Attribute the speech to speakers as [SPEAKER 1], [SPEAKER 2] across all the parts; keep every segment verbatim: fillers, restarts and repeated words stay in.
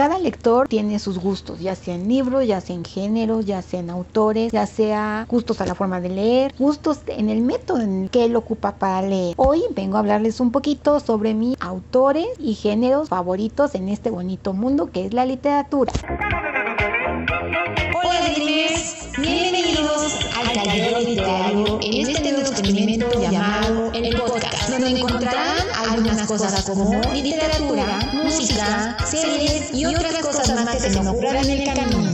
[SPEAKER 1] cada lector tiene sus gustos, ya sea en libros, ya sea en géneros, ya sea en autores, ya sea gustos a la forma de leer, gustos en el método en el que él ocupa para leer. Hoy vengo a hablarles un poquito sobre mis autores y géneros favoritos en este bonito mundo que es la literatura.
[SPEAKER 2] Hola Dreamers, bienvenidos al Caldero Literario en este nuevo experimento llamado el podcast, donde encontrarán algunas cosas como literatura, música, series y otras cosas más que se nos ocurran en el camino.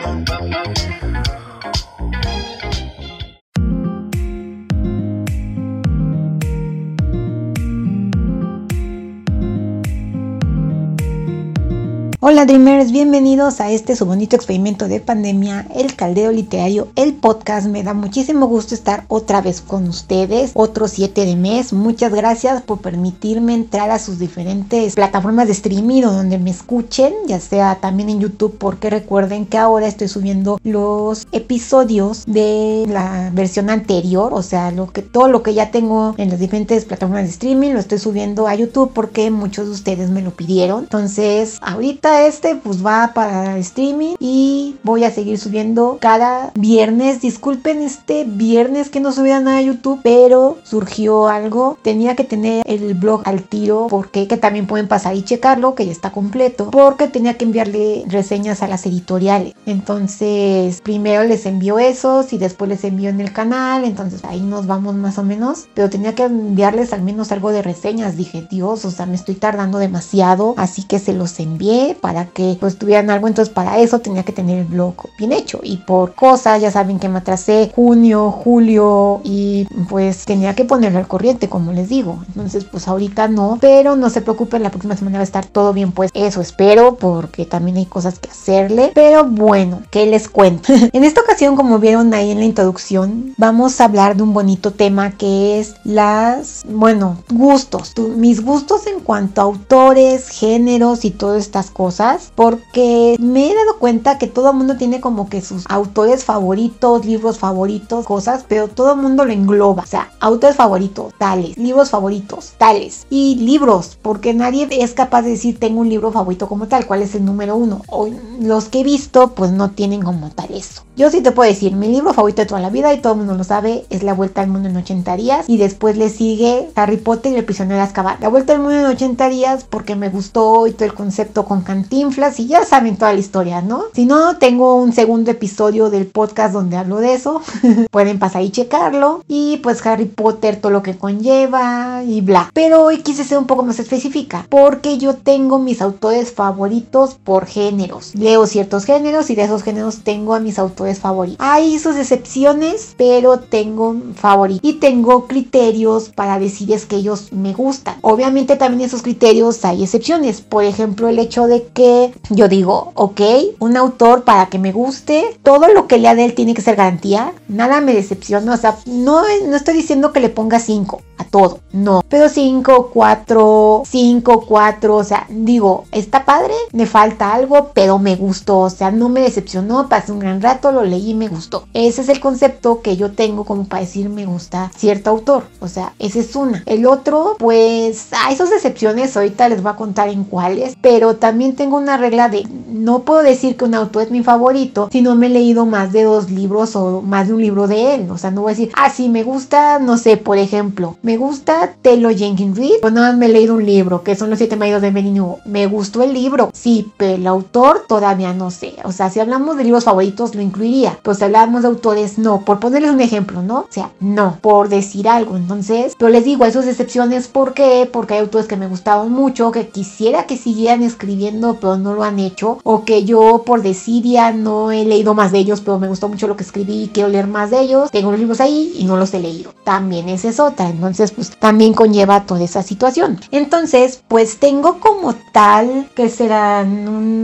[SPEAKER 1] Hola Dreamers, bienvenidos a este su bonito experimento de pandemia, el Caldero Literario, el podcast. Me da muchísimo gusto estar otra vez con ustedes, otro siete de mes. Muchas gracias por permitirme entrar a sus diferentes plataformas de streaming o donde me escuchen, ya sea también en YouTube, porque recuerden que ahora estoy subiendo los episodios de la versión anterior, o sea, lo que todo lo que ya tengo en las diferentes plataformas de streaming lo estoy subiendo a YouTube porque muchos de ustedes me lo pidieron. Entonces, ahorita este pues va para streaming y voy a seguir subiendo cada viernes. Disculpen este viernes que no subía nada a YouTube, pero surgió algo, tenía que tener el blog al tiro, porque que también pueden pasar y checarlo, que ya está completo, porque tenía que enviarle reseñas a las editoriales. Entonces primero les envío esos y después les envío en el canal, entonces ahí nos vamos más o menos, pero tenía que enviarles al menos algo de reseñas. Dije, Dios, o sea, me estoy tardando demasiado, así que se los envié para que pues tuvieran algo. Entonces para eso tenía que tener el blog bien hecho, y por cosas, ya saben que me atrasé junio, julio, y pues tenía que ponerlo al corriente, como les digo. Entonces pues ahorita no, pero no se preocupen, la próxima semana va a estar todo bien, pues eso espero, porque también hay cosas que hacerle. Pero bueno, ¿qué les cuento? En esta ocasión, como vieron ahí en la introducción, vamos a hablar de un bonito tema que es las, bueno, gustos, tu, mis gustos en cuanto a autores, géneros y todas estas cosas. Cosas, porque me he dado cuenta que todo el mundo tiene como que sus autores favoritos, libros favoritos, cosas, pero todo el mundo lo engloba. O sea, autores favoritos, tales, libros favoritos, tales, y libros, porque nadie es capaz de decir tengo un libro favorito como tal, cuál es el número uno. O los que he visto pues no tienen como tal eso. Yo sí te puedo decir, mi libro favorito de toda la vida, y todo el mundo lo sabe, es La Vuelta al Mundo en ochenta días, y después le sigue Harry Potter y El Prisionero de Azkaban. La Vuelta al Mundo en ochenta días porque me gustó y todo el concepto con Cantinflas, y ya saben toda la historia, ¿no? Si no, tengo un segundo episodio del podcast donde hablo de eso. Pueden pasar y checarlo. Y pues Harry Potter, todo lo que conlleva y bla. Pero hoy quise ser un poco más específica, porque yo tengo mis autores favoritos por géneros. Leo ciertos géneros y de esos géneros tengo a mis autores favoritos. Hay sus excepciones, pero tengo favoritos. Y tengo criterios para decir es que ellos me gustan. Obviamente también esos criterios hay excepciones. Por ejemplo, el hecho de que yo digo, ok, un autor para que me guste, todo lo que lea de él tiene que ser garantía, nada me decepciona. O sea, no, no estoy diciendo que le ponga cinco a todo, no, pero cinco, cuatro, cinco, cuatro, o sea, digo, está padre, me falta algo, pero me gustó, o sea, no me decepcionó, pasé un gran rato, lo leí y me gustó. Ese es el concepto que yo tengo como para decir me gusta cierto autor, o sea, ese es una. El otro, pues, hay sus excepciones, ahorita les voy a contar en cuáles, pero también tengo una regla de no puedo decir que un autor es mi favorito si no me he leído más de dos libros o más de un libro de él. O sea, no voy a decir, ah, sí, me gusta, no sé, por ejemplo, me gusta Taylor Jenkins Reid, pues nada más me he leído un libro, que son Los Siete Maridos de Evelyn Hugo. Me gustó el libro, sí, pero el autor todavía no sé. O sea, si hablamos de libros favoritos, lo incluiría, pero si hablamos de autores, no, por ponerles un ejemplo, ¿no? O sea, no, por decir algo. Entonces, pero les digo, hay sus excepciones. ¿Por qué? Porque hay autores que me gustaron mucho, que quisiera que siguieran escribiendo, pero no lo han hecho, o que yo por desidia no he leído más de ellos, pero me gustó mucho lo que escribí y quiero leer más de ellos. Tengo los libros ahí y no los he leído. También esa es otra. Entonces, pues también conlleva toda esa situación. Entonces, pues tengo como tal que serán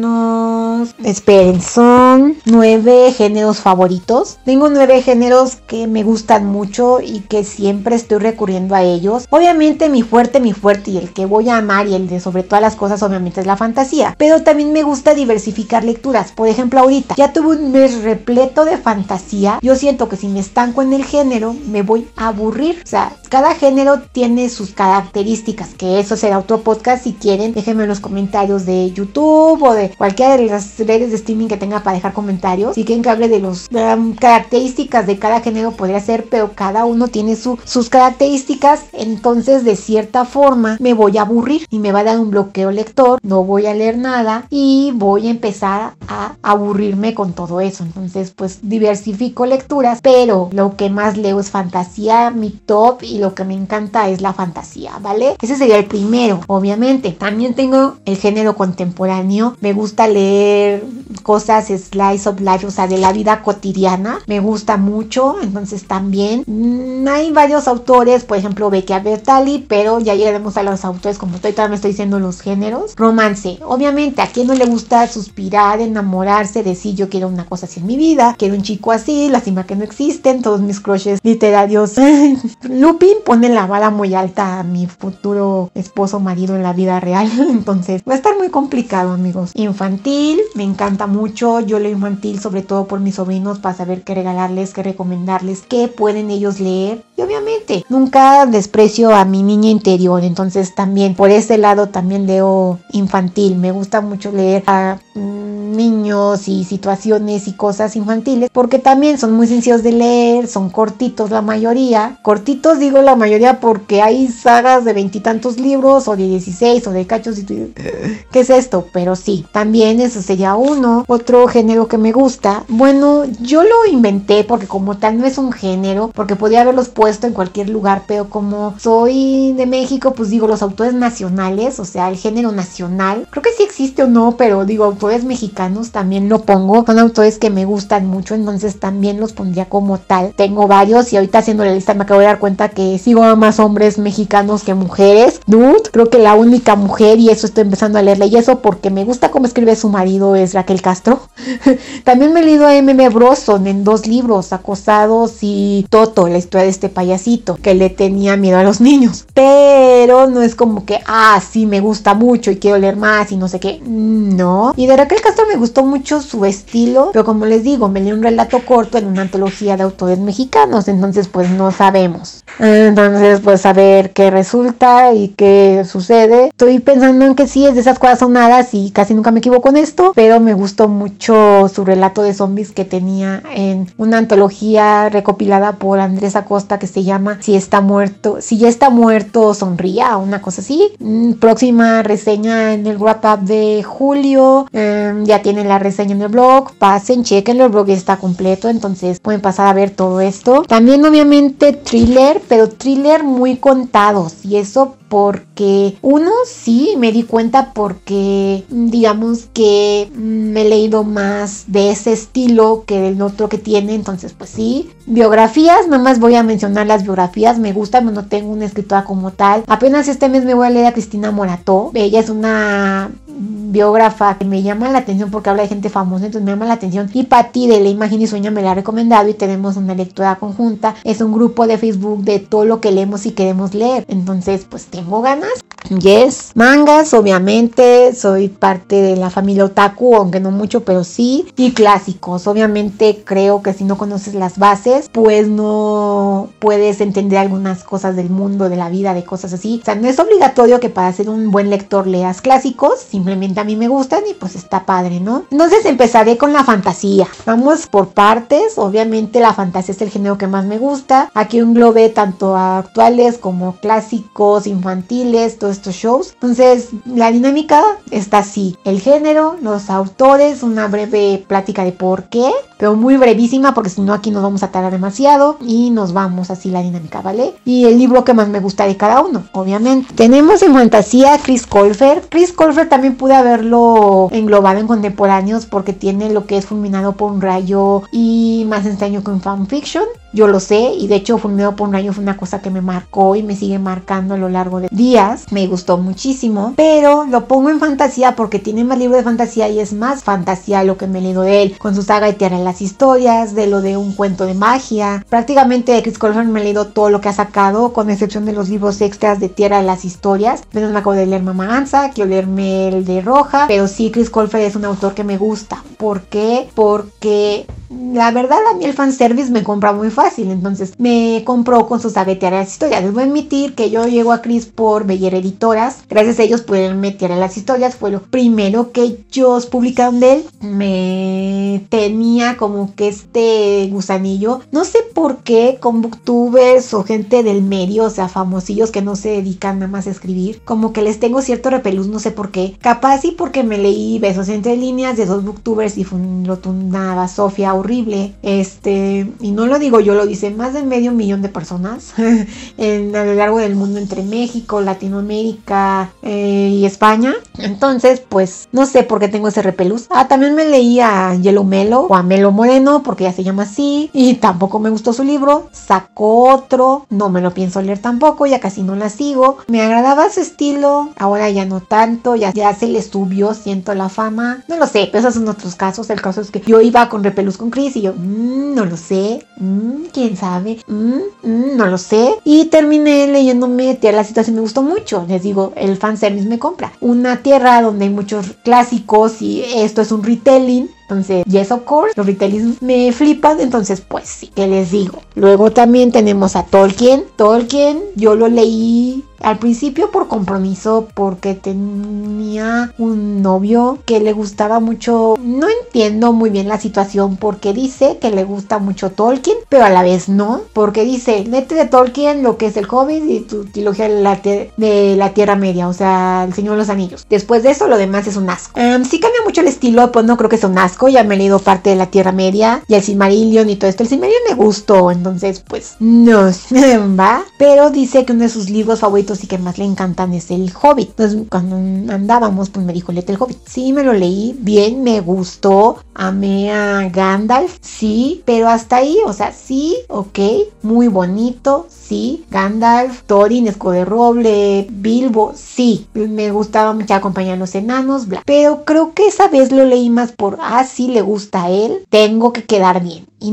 [SPEAKER 1] unos, esperen, son nueve géneros favoritos. Tengo nueve géneros que me gustan mucho y que siempre estoy recurriendo a ellos. Obviamente mi fuerte, mi fuerte y el que voy a amar y el de sobre todas las cosas obviamente es la fantasía, pero también me gusta diversificar diversificar lecturas. Por ejemplo, ahorita ya tuve un mes repleto de fantasía. Yo siento que si me estanco en el género me voy a aburrir. O sea, cada género tiene sus características, que eso será otro podcast. Si quieren, déjenme en los comentarios de YouTube o de cualquiera de las redes de streaming que tenga para dejar comentarios. Si quieren que hable de las um, características de cada género, podría ser, pero cada uno tiene su, sus características. Entonces, de cierta forma, me voy a aburrir y me va a dar un bloqueo lector. No voy a leer nada y voy a empezar a aburrirme con todo eso. Entonces, pues diversifico lecturas, pero lo que más leo es fantasía, mi top, y lo que me encanta es la fantasía, ¿vale? Ese sería el primero, obviamente. También tengo el género contemporáneo. Me gusta leer cosas slice of life, o sea, de la vida cotidiana. Me gusta mucho, entonces también mmm, hay varios autores, por ejemplo, Becca Bertalli, pero ya llegaremos a los autores, como estoy todavía me estoy diciendo los géneros. Romance, obviamente, ¿a quién no le gusta suspirar, enamorarse, decir yo quiero una cosa así en mi vida, quiero un chico así, lástima que no existen, todos mis crushes literarios? Lupin pone la vara muy alta a mi futuro esposo, marido en la vida real, entonces va a estar muy complicado, amigos. Infantil, me encanta mucho, yo leo infantil sobre todo por mis sobrinos, para saber qué regalarles, qué recomendarles, qué pueden ellos leer, y obviamente nunca desprecio a mi niña interior, entonces también por ese lado también leo infantil. Me gusta mucho leer a mmm, niños y situaciones y cosas infantiles, porque también son muy sencillos de leer, son cortitos la mayoría, cortitos digo la mayoría porque hay sagas de veintitantos libros o de dieciséis o de cachos y tú dices, ¿qué es esto? Pero sí, también eso sería uno. Otro género que me gusta, bueno, yo lo inventé porque como tal no es un género, porque podía haberlos puesto en cualquier lugar, pero como soy de México, pues digo los autores nacionales, o sea, el género nacional, creo que sí existe o no, pero digo autores mexicanos también lo pongo, son autores que me gustan mucho, entonces también los pondría como tal. Tengo varios y ahorita haciendo la lista me acabo de dar cuenta que sigo a más hombres mexicanos que mujeres. Dude, creo que la única mujer, y eso estoy empezando a leerle, y eso porque me gusta cómo escribe su marido, es Raquel Castro. También me he leído a M M Bronson en dos libros, Acosados y Toto, la historia de este payasito que le tenía miedo a los niños, pero no es como que, ah, sí, me gusta mucho y quiero leer más y no sé qué, no. Y de Raquel Castro me gustó mucho su estilo, pero como les digo, me leí un relato corto en una antología de autores mexicanos, entonces pues no sabemos. Entonces pues a ver qué resulta y qué sucede. Estoy pensando en que sí, es de esas cosas sonadas y casi nunca me equivoco en esto, pero me gustó mucho su relato de zombies que tenía en una antología recopilada por Andrés Acosta que se llama Si está muerto, si ya está muerto sonría, una cosa así. Próxima reseña en el wrap up de julio, eh, ya tienen la reseña en el blog, pasen, chequen, el blog está completo, entonces pueden pasar a ver todo esto. También obviamente thriller, pero thriller muy contados, y eso porque uno sí me di cuenta porque digamos que me he leído más de ese estilo que del otro que tiene, entonces pues sí. Biografías, nada más voy a mencionar las biografías, me gustan, no tengo una escritora como tal. Apenas este mes me voy a leer a Cristina Morató, ella es una biógrafa que me llama la atención porque habla de gente famosa, entonces me llama la atención. Y Patti de La Imagen y Sueña me la ha recomendado y tenemos una lectura conjunta. Es un grupo de Facebook de todo lo que leemos y queremos leer, entonces pues tengo ganas. Yes, mangas, obviamente, soy parte de la familia otaku, aunque no mucho, pero sí. Y clásicos, obviamente creo que si no conoces las bases, pues no puedes entender algunas cosas del mundo, de la vida, de cosas así. O sea, no es obligatorio que para ser un buen lector leas clásicos, simplemente a mí me gustan y pues está padre, ¿no? Entonces empezaré con la fantasía. Vamos por partes, obviamente la fantasía es el género que más me gusta. Aquí englobé tanto actuales como clásicos, infantiles, todos estos shows. Entonces la dinámica está así: el género, los autores, una breve plática de por qué, pero muy brevísima porque si no aquí nos vamos a tardar demasiado, y nos vamos así la dinámica, ¿vale? Y el libro que más me gusta de cada uno, obviamente. Tenemos en fantasía a Chris Colfer. Chris Colfer también pude haberlo englobado en contemporáneos porque tiene lo que es Fulminado por un rayo y Más extraño que un fanfiction. Yo lo sé, y de hecho Fulminado por un rayo fue una cosa que me marcó y me sigue marcando a lo largo de días. Me me gustó muchísimo, pero lo pongo en fantasía porque tiene más libros de fantasía y es más fantasía lo que me he leído de él, con su saga de Tierra de las Historias, de lo de Un Cuento de Magia. Prácticamente de Chris Colfer me he leído todo lo que ha sacado, con excepción de los libros extras de Tierra de las Historias. Apenas me acabo de leer Mama Ansa, quiero leerme el de Roja, pero sí, Chris Colfer es un autor que me gusta. ¿Por qué? Porque la verdad a mí el fanservice me compra muy fácil, entonces me compró con su saga de Tierra de las Historias. Les voy a admitir que yo llego a Chris por Bellera Editoras, gracias a ellos pueden meter a las historias, fue lo primero que ellos publicaron de él. Me tenía como que este gusanillo, no sé por qué, con booktubers o gente del medio, o sea famosillos que no se dedican nada más a escribir, como que les tengo cierto repelús, no sé por qué, capaz sí porque me leí Besos entre líneas de dos booktubers y fue un rotunda Sofía horrible, este, y no lo digo yo, lo dice más de medio millón de personas en, a lo largo del mundo, entre México, Latinoamérica eh, y España. Entonces pues no sé por qué tengo ese repelús. Ah, también me leí a Yellow Melo o a Melo Moreno porque ya se llama así y tampoco me gustó su libro. Sacó otro, no me lo pienso leer tampoco, ya casi no la sigo. Me agradaba su estilo, ahora ya no tanto, ya, ya se le subió, siento la fama, no lo sé, pero esos son otros casos. El caso es que yo iba con repelús con Chris y yo, mmm, no lo sé, mmm, quién sabe, mmm, mmm, no lo sé, y terminé leyéndome Tierra de la Situación. Me gustó mucho, les digo, el fanservice me compra. Una tierra donde hay muchos clásicos y esto es un retelling. Entonces, yes of course, los retellings me flipan, entonces pues sí, ¿qué les digo? Luego también tenemos a Tolkien. Tolkien, yo lo leí al principio por compromiso, porque tenía un novio que le gustaba mucho. No entiendo muy bien la situación, porque dice que le gusta mucho Tolkien, pero a la vez no, porque dice, léete de Tolkien lo que es el Hobbit y tu trilogía de la, de la Tierra Media, o sea, El Señor de los Anillos. Después de eso, lo demás es un asco. Um, sí cambia mucho el estilo, pues no creo que sea un asco. Ya me he leído parte de la Tierra Media y el Silmarillion y todo esto. El Silmarillion me gustó, entonces pues no va. Pero dice que uno de sus libros favoritos y que más le encantan es el Hobbit. Entonces cuando andábamos pues me dijo, léete el Hobbit. Sí, me lo leí, bien, me gustó. Amé a Gandalf, sí, pero hasta ahí, o sea, sí, ok, muy bonito, sí. Gandalf, Thorin, Escudo de Roble, Bilbo, sí. Me gustaba mucho acompañar a los enanos, bla. Pero creo que esa vez lo leí más por, ah, sí, le gusta a él, tengo que quedar bien. Y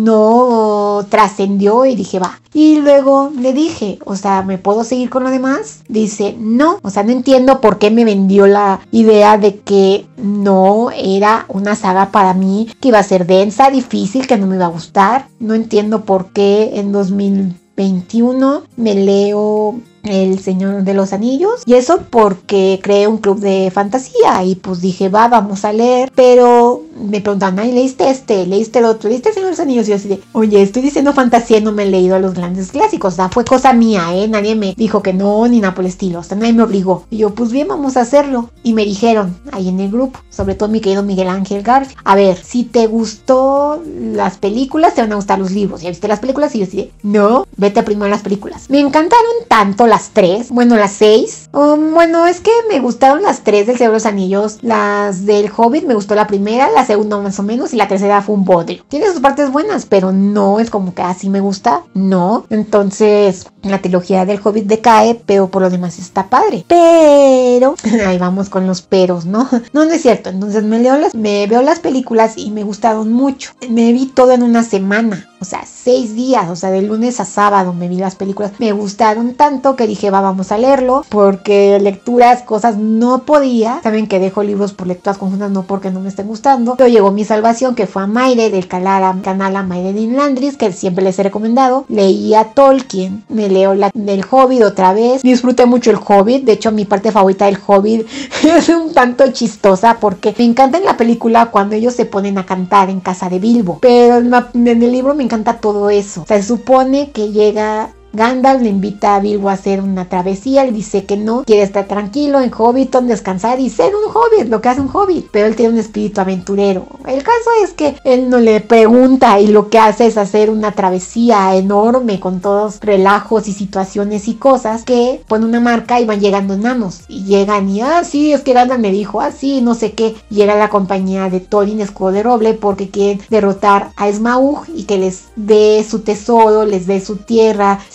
[SPEAKER 1] no trascendió y dije, va. Y luego le dije, o sea, ¿me puedo seguir con lo demás? Dice, no. O sea, no entiendo por qué me vendió la idea de que no era una saga para mí, que iba a ser densa, difícil, que no me iba a gustar. No entiendo por qué en dos mil veintiuno me leo El Señor de los Anillos, y eso porque creé un club de fantasía y pues dije, va, vamos a leer. Pero me preguntan, ay, ¿leíste este? ¿Leíste el otro? ¿Leíste El Señor de los Anillos? Y yo así de, oye, estoy diciendo fantasía y no me he leído a los grandes clásicos. O sea, fue cosa mía, ¿eh? Nadie me dijo que no, ni nada por el estilo. O sea, nadie me obligó. Y yo, pues bien, vamos a hacerlo. Y me dijeron, ahí en el grupo, sobre todo mi querido Miguel Ángel García, a ver, si te gustó las películas, te van a gustar los libros. ¿Ya viste las películas? Y yo así de, no, vete primero a las películas. Me encantaron tanto las tres, bueno, las seis. Um, bueno, es que me gustaron las tres del Señor de los Anillos. Las del Hobbit me gustó la primera, la segunda más o menos, y la tercera fue un bodrio. Tiene sus partes buenas, pero no es como que así me gusta, no. Entonces, la trilogía del Hobbit decae, pero por lo demás está padre. Pero, ahí vamos con los peros, ¿no? No, no es cierto. Entonces me leo las, me veo las películas y me gustaron mucho. Me vi todo en una semana. O sea, seis días, o sea, de lunes a sábado me vi las películas. Me gustaron tanto que dije, va, vamos a leerlo, porque lecturas, cosas no podía. Saben que dejo libros por lecturas conjuntas, no porque no me estén gustando. Pero llegó mi salvación, que fue a Maire, del canal, canal a Maire de Inlandris, que siempre les he recomendado. Leí a Tolkien, me leo la del Hobbit otra vez. Disfruté mucho el Hobbit. De hecho, mi parte favorita del Hobbit es un tanto chistosa, porque me encanta en la película cuando ellos se ponen a cantar en casa de Bilbo. Pero en, la, en el libro me encanta todo eso. O sea, se supone que llega Gandalf, le invita a Bilbo a hacer una travesía, le dice que no, quiere estar tranquilo en Hobbiton, descansar y ser un hobbit, lo que hace un hobbit, pero él tiene un espíritu aventurero. El caso es que él no le pregunta y lo que hace es hacer una travesía enorme con todos relajos y situaciones y cosas que pone una marca y van llegando enanos y llegan y, ah, sí, es que Gandalf me dijo, ah, sí, no sé qué. Llega la compañía de Thorin, Escudo de Roble, porque quieren derrotar a Smaug y que les dé su tesoro, les dé su tierra, su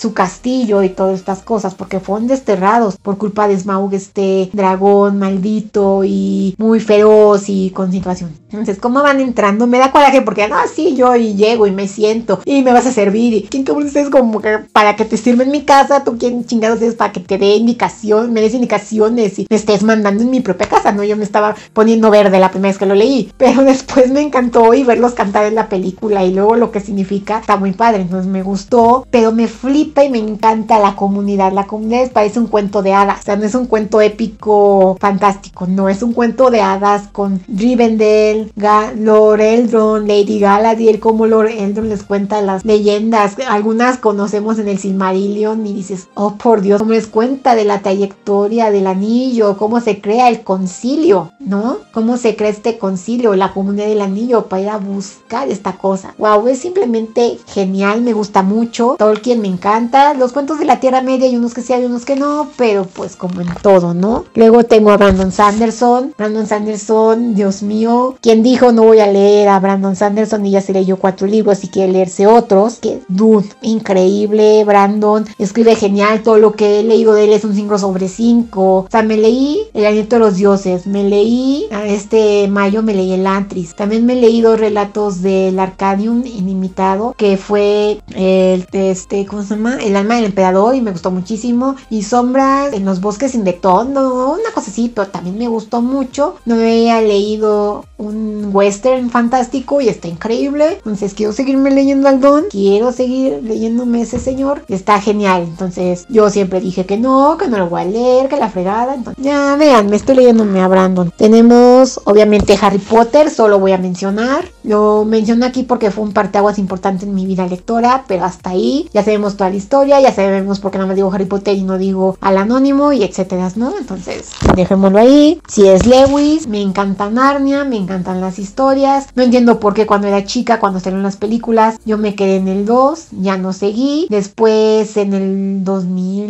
[SPEAKER 1] su castillo y todas estas cosas, porque fueron desterrados por culpa de Smaug, este dragón maldito y muy feroz y con situación. Entonces, ¿cómo van entrando? Me da coraje porque, no, sí, yo y llego y me siento y me vas a servir. ¿Y quién cabrón es como que para que te sirva en mi casa? ¿Tú quién chingados es para que te dé indicación, me des indicaciones y me estés mandando en mi propia casa? No, yo me estaba poniendo verde la primera vez que lo leí, pero después me encantó y verlos cantar en la película y luego lo que significa está muy padre. Entonces me gustó, pero me flipa y me encanta la comunidad. La comunidad parece un cuento de hadas, o sea, no es un cuento épico fantástico, no, es un cuento de hadas con Rivendell, Ga- Lord Eldron, Lady Galadriel, como Lord Eldron les cuenta las leyendas, algunas conocemos en el Silmarillion y dices, oh por Dios, cómo les cuenta de la trayectoria del anillo, cómo se crea el concilio, ¿no? Cómo se crea este concilio, la comunidad del anillo para ir a buscar esta cosa. Wow, es simplemente genial, me gusta mucho. Tolkien me encanta. Los cuentos de la Tierra Media hay unos que sí, hay unos que no, pero pues como en todo, ¿no? Luego tengo a Brandon Sanderson. Brandon Sanderson, Dios mío, quien dijo no voy a leer a Brandon Sanderson y ya se leyó cuatro libros y quiere leerse otros? Que dude, increíble. Brandon escribe genial, todo lo que he leído de él es un cinco sobre cinco. O sea, me leí El aliento de los dioses, me leí este mayo, me leí el Antris, también me he leído relatos del Arcadium inimitado, que fue el este, ¿cómo se llama? El alma del emperador, y me gustó muchísimo, y Sombras en los bosques sin Decton, no, una cosa así, pero también me gustó mucho. No me había leído un western fantástico y está increíble, entonces quiero seguirme leyendo al Don, quiero seguir leyéndome ese señor, está genial. Entonces yo siempre dije que no, que no lo voy a leer, que la fregada. Entonces ya vean, me estoy leyéndome a Brandon. Tenemos obviamente Harry Potter, solo voy a mencionar, lo menciono aquí porque fue un parteaguas importante en mi vida lectora, pero hasta ahí ya sabemos toda la historia, ya sabemos por qué nada más digo Harry Potter y no digo al anónimo y etcétera, ¿no? Entonces dejémoslo ahí. Si es Lewis, me encanta Narnia, me encantan las historias, no entiendo por qué cuando era chica, cuando salieron las películas, yo me quedé en el dos, ya no seguí. Después en el dos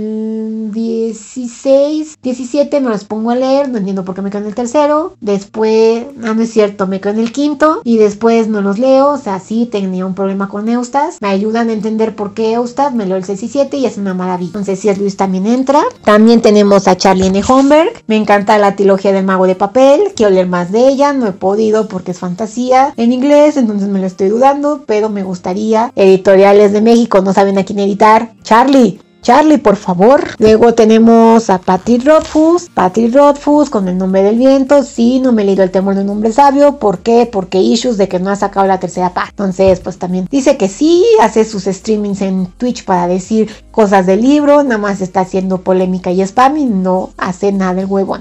[SPEAKER 1] mil dieciséis, diecisiete me los pongo a leer, no entiendo por qué me quedo en el tercero. Después, ah, no es cierto, me quedo en el quinto y después no los leo. O sea, sí tenía un problema con Eustace, me ayudan a entender por qué Eustace, me leo el seis y siete y es una maravilla. Entonces si es Luis también entra. También tenemos a Charlie N. Holmberg, me encanta la trilogía del Mago de Papel, quiero leer más de ella, no he podido porque es fantasía en inglés, entonces me lo estoy dudando, pero me gustaría. Editoriales de México no saben a quién editar. Charlie, Charlie, por favor. Luego tenemos a Patrick Rothfuss. Patrick Rothfuss con El nombre del viento. Sí, no me he leído El temor de un hombre sabio. ¿Por qué? Porque issues de que no ha sacado la tercera parte. Entonces, pues también dice que sí, hace sus streamings en Twitch para decir cosas del libro. Nada más está haciendo polémica y spam y no hace nada el huevón.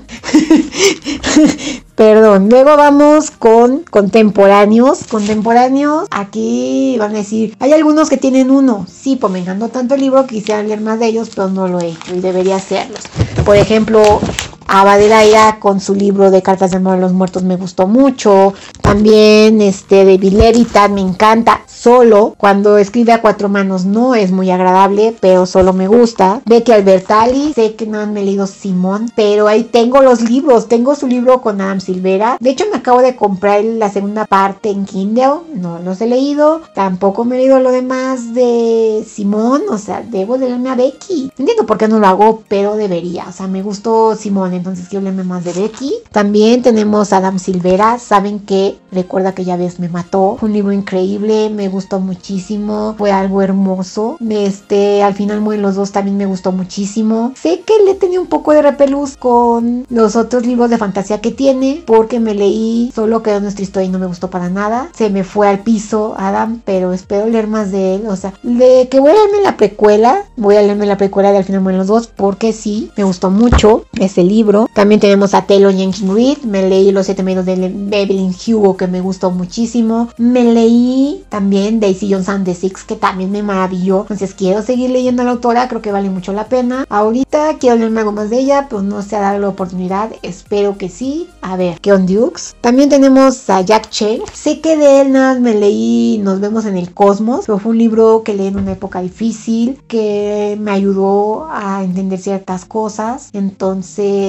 [SPEAKER 1] Perdón, luego vamos con contemporáneos. Contemporáneos, aquí van a decir, hay algunos que tienen uno. Sí, pues me encantó tanto el libro, quisiera leer más de ellos, pero no lo he hecho y debería hacerlos. Por ejemplo, Ava de Laira con su libro de Cartas de Amor a los Muertos me gustó mucho. También este David Levitan me encanta. Solo, cuando escribe a cuatro manos no es muy agradable, pero solo me gusta. Becky Albertalli, sé que no han leído Simón, pero ahí tengo los libros. Tengo su libro con Adam Silvera. De hecho me acabo de comprar la segunda parte en Kindle, no los he leído. Tampoco me he leído lo demás de Simón, o sea, debo de leerme a Becky. No entiendo por qué no lo hago, pero debería. O sea, me gustó Simón, entonces quiero leerme más de Becky. También tenemos a Adam Silvera, saben que Recuerda que ya ves me mató. Fue un libro increíble, me gustó muchísimo, fue algo hermoso. Este, al final mueren los dos, también me gustó muchísimo. Sé que le tenía un poco de repelús con los otros libros de fantasía que tiene, porque me leí Solo quedó nuestra historia y no me gustó para nada. Se me fue al piso Adam, pero espero leer más de él. O sea, de que voy a leerme la precuela, voy a leerme la precuela de Al final mueren los dos, porque sí, me gustó mucho ese libro. También tenemos a Taylor Jenkins Reid, me leí Los siete medios de Evelyn Hugo, que me gustó muchísimo. Me leí también Daisy Jones and the Six, que también me maravilló. Entonces quiero seguir leyendo a la autora, creo que vale mucho la pena. Ahorita quiero leerme algo más de ella, pues no sé, a dar la oportunidad, espero que sí. A ver, Keon Dukes. También tenemos a Jack Che. Sé que de él nada me leí Nos vemos en el cosmos, pero fue un libro que leí en una época difícil, que me ayudó a entender ciertas cosas. Entonces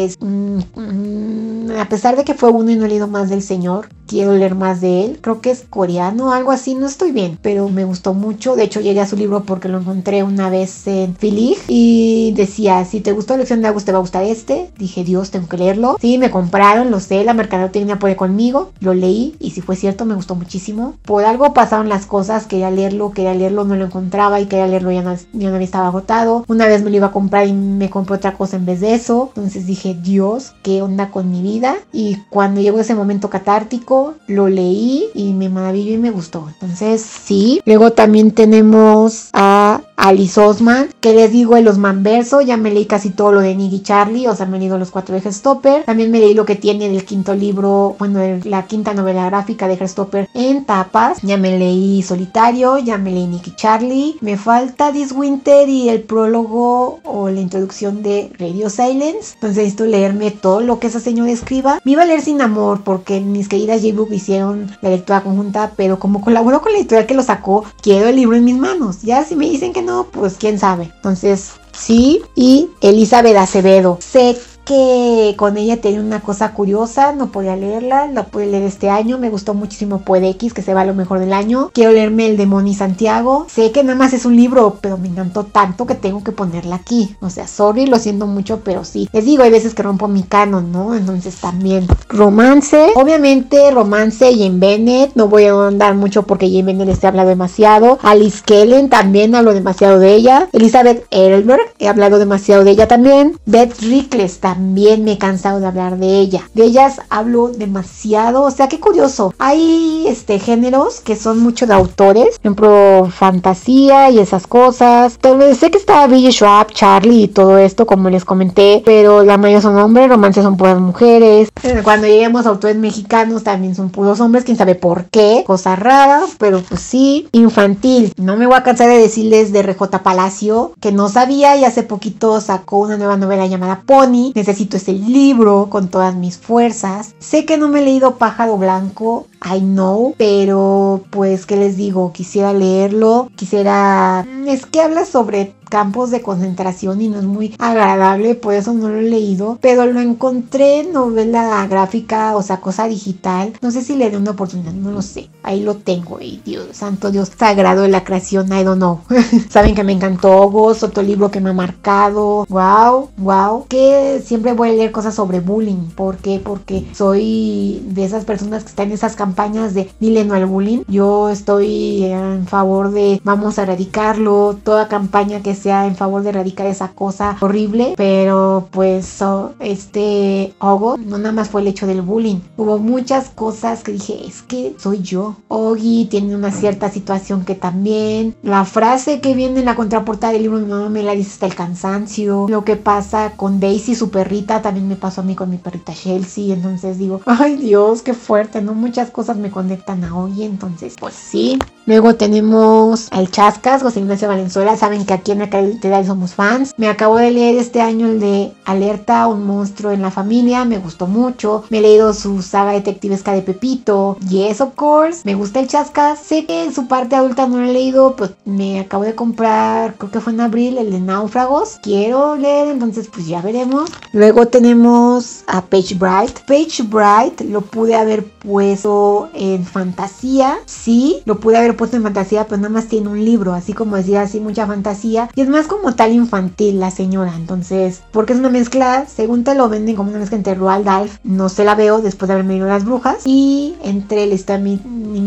[SPEAKER 1] Entonces, mmm, mmm, a pesar de que fue uno y no he leído más del señor, quiero leer más de él. Creo que es coreano o algo así, no estoy bien, pero me gustó mucho. De hecho, llegué a su libro porque lo encontré una vez en Filig y decía, si te gustó Lección de Agus, te va a gustar este. Dije, Dios, tengo que leerlo. Sí, me compraron, lo sé, la mercadotecnia apoyó conmigo, lo leí y si fue cierto, me gustó muchísimo. Por algo pasaron las cosas, quería leerlo, quería leerlo, no lo encontraba y quería leerlo, ya no, ya no estaba agotado. Una vez me lo iba a comprar y me compré otra cosa en vez de eso. Entonces dije, Dios, ¿qué onda con mi vida? Y cuando llegó ese momento catártico, lo leí y me maravilló y me gustó. Entonces, sí. Luego también tenemos a Alice Oseman, que les digo, el Osman verso. Ya me leí casi todo lo de Nick y Charlie, o sea, me he leído los cuatro de Heartstopper. También me leí lo que tiene del quinto libro, bueno, el, la quinta novela gráfica de Heartstopper en tapas. Ya me leí Solitario, ya me leí Nick y Charlie. Me falta This Winter y el prólogo o la introducción de Radio Silence. Entonces necesito leerme todo lo que esa señora escriba. Me iba a leer Sin Amor porque mis queridas J-Book hicieron la lectura conjunta, pero como colaboró con la editorial que lo sacó, quiero el libro en mis manos. Ya si me dicen que no, pues quién sabe. Entonces, sí. Y Elizabeth Acevedo. Sé que con ella tenía una cosa curiosa, no podía leerla, la pude leer este año, me gustó muchísimo Puede X, que se va a lo mejor del año. Quiero leerme El de Moni Santiago. Sé que nada más es un libro, pero me encantó tanto que tengo que ponerla aquí. O sea, sorry, lo siento mucho, pero sí. Les digo, hay veces que rompo mi canon, ¿no? Entonces también. Romance. Obviamente, romance, Jane Bennett. No voy a andar mucho porque Jane Bennett les he hablado demasiado. Alice Kellen, también hablo demasiado de ella. Elizabeth Edelberg, he hablado demasiado de ella también. Beth Rickless, también. También me he cansado de hablar de ella. De ellas hablo demasiado. O sea, qué curioso. Hay este géneros que son mucho de autores. Por ejemplo, fantasía y esas cosas. Entonces, sé que está Billy Schwab, Charlie y todo esto, como les comenté. Pero la mayoría son hombres. Romances son puras mujeres. Cuando lleguemos a autores mexicanos también son puros hombres. Quién sabe por qué. Cosa rara. Pero pues sí. Infantil. No me voy a cansar de decirles de R J Palacio, que no sabía y hace poquito sacó una nueva novela llamada Pony. Necesito ese libro con todas mis fuerzas. Sé que no me he leído Pájaro Blanco, I know, pero pues, ¿qué les digo? Quisiera leerlo, quisiera... Es que habla sobre campos de concentración y no es muy agradable, por eso no lo he leído, pero lo encontré en novela gráfica, o sea, cosa digital. No sé si le dé una oportunidad, no lo sé. Ahí lo tengo, y Dios, santo Dios sagrado de la creación, I don't know. Saben que me encantó Ghost, otro libro que me ha marcado. Wow, wow. Que siempre voy a leer cosas sobre bullying. ¿Por qué? Porque soy de esas personas que están en esas campañas de dile no al bullying. Yo estoy en favor de vamos a erradicarlo, toda campaña que sea en favor de erradicar esa cosa horrible, pero pues oh, este Ogo no nada más fue el hecho del bullying, hubo muchas cosas que dije, es que soy yo. Ogi tiene una cierta situación que también, la frase que viene en la contraportada del libro, mi mamá me la dice hasta el cansancio. Lo que pasa con Daisy, su perrita, también me pasó a mí con mi perrita Chelsea. Entonces digo, ay Dios, qué fuerte, ¿no? Muchas cosas me conectan a Ogi, entonces pues sí. Luego tenemos al Chascas, José Ignacio Valenzuela. Saben que aquí en la Literal somos fans. Me acabo de leer este año el de Alerta, un monstruo en la familia. Me gustó mucho. Me he leído su saga detectivesca de Pepito. Yes, of course. Me gusta el Chascas. Sé que en su parte adulta no lo he leído, pues me acabo de comprar, creo que fue en abril, el de Náufragos. Quiero leer, entonces pues ya veremos. Luego tenemos a Paige Bright. Paige Bright lo pude haber puesto en fantasía. Sí, lo pude haber puesto en fantasía, pero nada más tiene un libro, así como decía, así mucha fantasía, y es más como tal infantil la señora. Entonces, porque es una mezcla, según te lo venden como una mezcla entre Roald Dahl, no se la veo después de haberme leído Las Brujas, y entre la historia,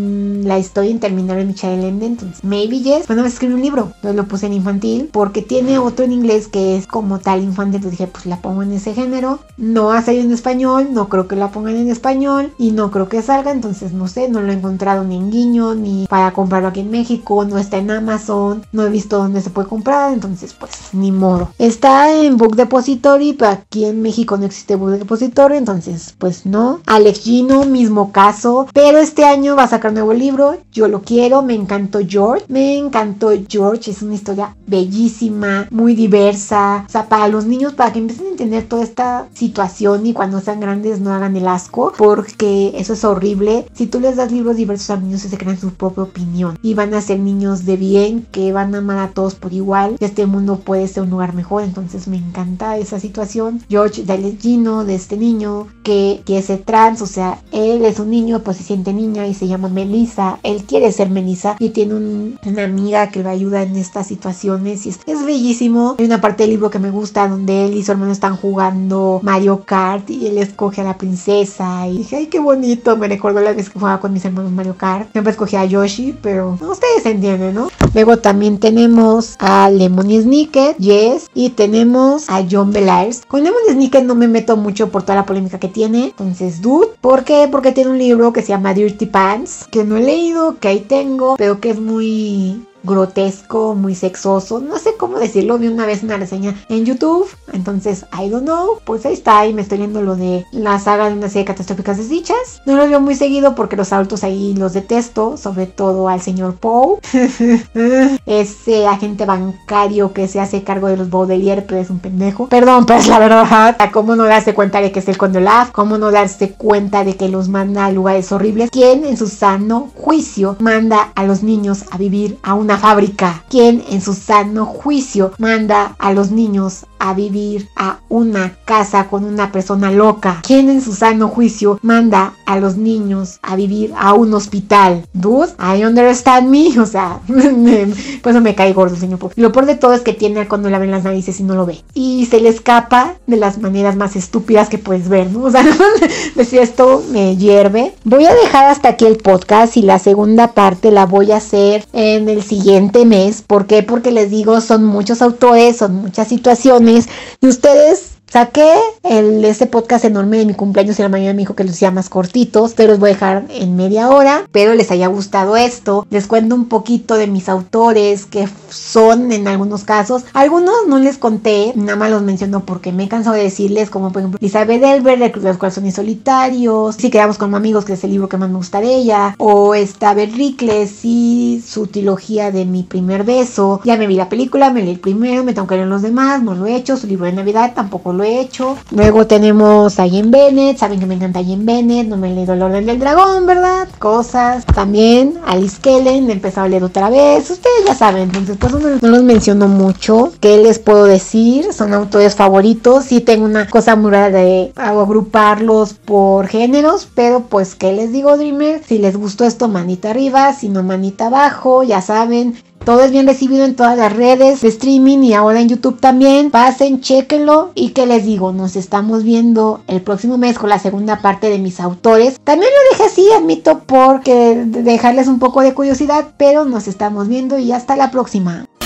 [SPEAKER 1] la historia interminable de Michael Ende. Entonces, maybe yes, bueno, escribí un libro, entonces lo puse en infantil, porque tiene otro en inglés que es como tal infantil, entonces dije, pues la pongo en ese género. No ha salido en español, no creo que la pongan en español, y no creo que salga, entonces no sé, no lo he encontrado ni en Guiño, ni para comprarlo aquí en México, no está en Amazon, no he visto dónde se puede comprar, entonces pues ni modo. Está en Book Depository, pero aquí en México no existe Book Depository, entonces pues no. Alex Gino, mismo caso, pero este año va a sacar nuevo libro. libro, yo lo quiero, me encantó George, me encantó George, es una historia bellísima, muy diversa, o sea, para los niños, para que empiecen a entender toda esta situación y cuando sean grandes no hagan el asco, porque eso es horrible. Si tú les das libros diversos a los niños, se crean su propia opinión y van a ser niños de bien, que van a amar a todos por igual, que este mundo puede ser un lugar mejor. Entonces me encanta esa situación. George da el lleno de este niño que quiere ser trans, o sea, él es un niño, pues se siente niña y se llama Melissa, él quiere ser Melissa y tiene un, una amiga que lo ayuda en estas situaciones y es, es bellísimo. Hay una parte del libro que me gusta donde él y su hermano están jugando Mario Kart y él escoge a la princesa y dije, ay, qué bonito, me recordó la vez que jugaba con mis hermanos Mario Kart. Siempre escogí a Yoshi, pero no, ustedes entienden, ¿no? Luego también tenemos a Lemony Snicket, Yes, y tenemos a John Belair. Con Lemony Snicket no me meto mucho por toda la polémica que tiene, entonces dude. ¿Por qué? Porque tiene un libro que se llama Dirty Pants, que no he leído, que ahí tengo, pero que es muy grotesco, muy sexoso, no sé cómo decirlo. Vi una vez una reseña en YouTube, entonces I don't know, pues ahí está. Y me estoy leyendo lo de la saga de una serie de catastróficas desdichas. No lo veo muy seguido porque los adultos ahí los detesto, sobre todo al señor Poe, ese agente bancario que se hace cargo de los Baudelaire, pero es un pendejo, perdón, pero es la verdad. ¿Cómo no darse cuenta de que es el Conde Olaf? ¿Cómo no darse cuenta de que los manda a lugares horribles? ¿Quién en su sano juicio manda a los niños a vivir a una fábrica? ¿Quién en su sano juicio manda a los niños a vivir a una casa con una persona loca? ¿Quién en su sano juicio manda a los niños a vivir a un hospital? Dude, I understand me. O sea, por eso me cae gordo, señor Pop. Y lo peor de todo es que tiene cuando le ven las narices y no lo ve. Y se le escapa de las maneras más estúpidas que puedes ver, ¿no? O sea, decir esto me hierve. Voy a dejar hasta aquí el podcast y la segunda parte la voy a hacer en el siguiente mes. ¿Por qué? Porque les digo, son muchos autores, son muchas situaciones y ustedes... Saqué el, este podcast enorme de mi cumpleaños y la mayoría me dijo que los hacía más cortitos, pero los voy a dejar en media hora. Espero les haya gustado esto. Les cuento un poquito de mis autores, que son en algunos casos. Algunos no les conté, nada más los menciono porque me he cansado de decirles, como por ejemplo Elizabeth Elbert, de Los Corazones Solitarios, Si quedamos como amigos, que es el libro que más me gusta de ella, o esta Beth Rickless y su trilogía de Mi primer beso. Ya me vi la película, me leí el primero, me tengo que leer los demás, no lo he hecho. Su libro de Navidad tampoco lo he hecho. Luego tenemos a Ian Bennett, saben que me encanta Ian Bennett, no me he leído El Orden del Dragón, ¿verdad? Cosas. También Alice Kellen, he empezado a leer otra vez, ustedes ya saben, entonces pues no, no los menciono mucho. ¿Qué les puedo decir? Son autores favoritos. Sí tengo una cosa muy rara de agruparlos por géneros, pero pues ¿qué les digo, Dreamer? Si les gustó esto, manita arriba, si no, manita abajo, ya saben. Todo es bien recibido en todas las redes de streaming y ahora en YouTube también. Pasen, chéquenlo. Y que les digo, nos estamos viendo el próximo mes con la segunda parte de mis autores. También lo dejé así, admito, porque dejarles un poco de curiosidad, pero nos estamos viendo y hasta la próxima.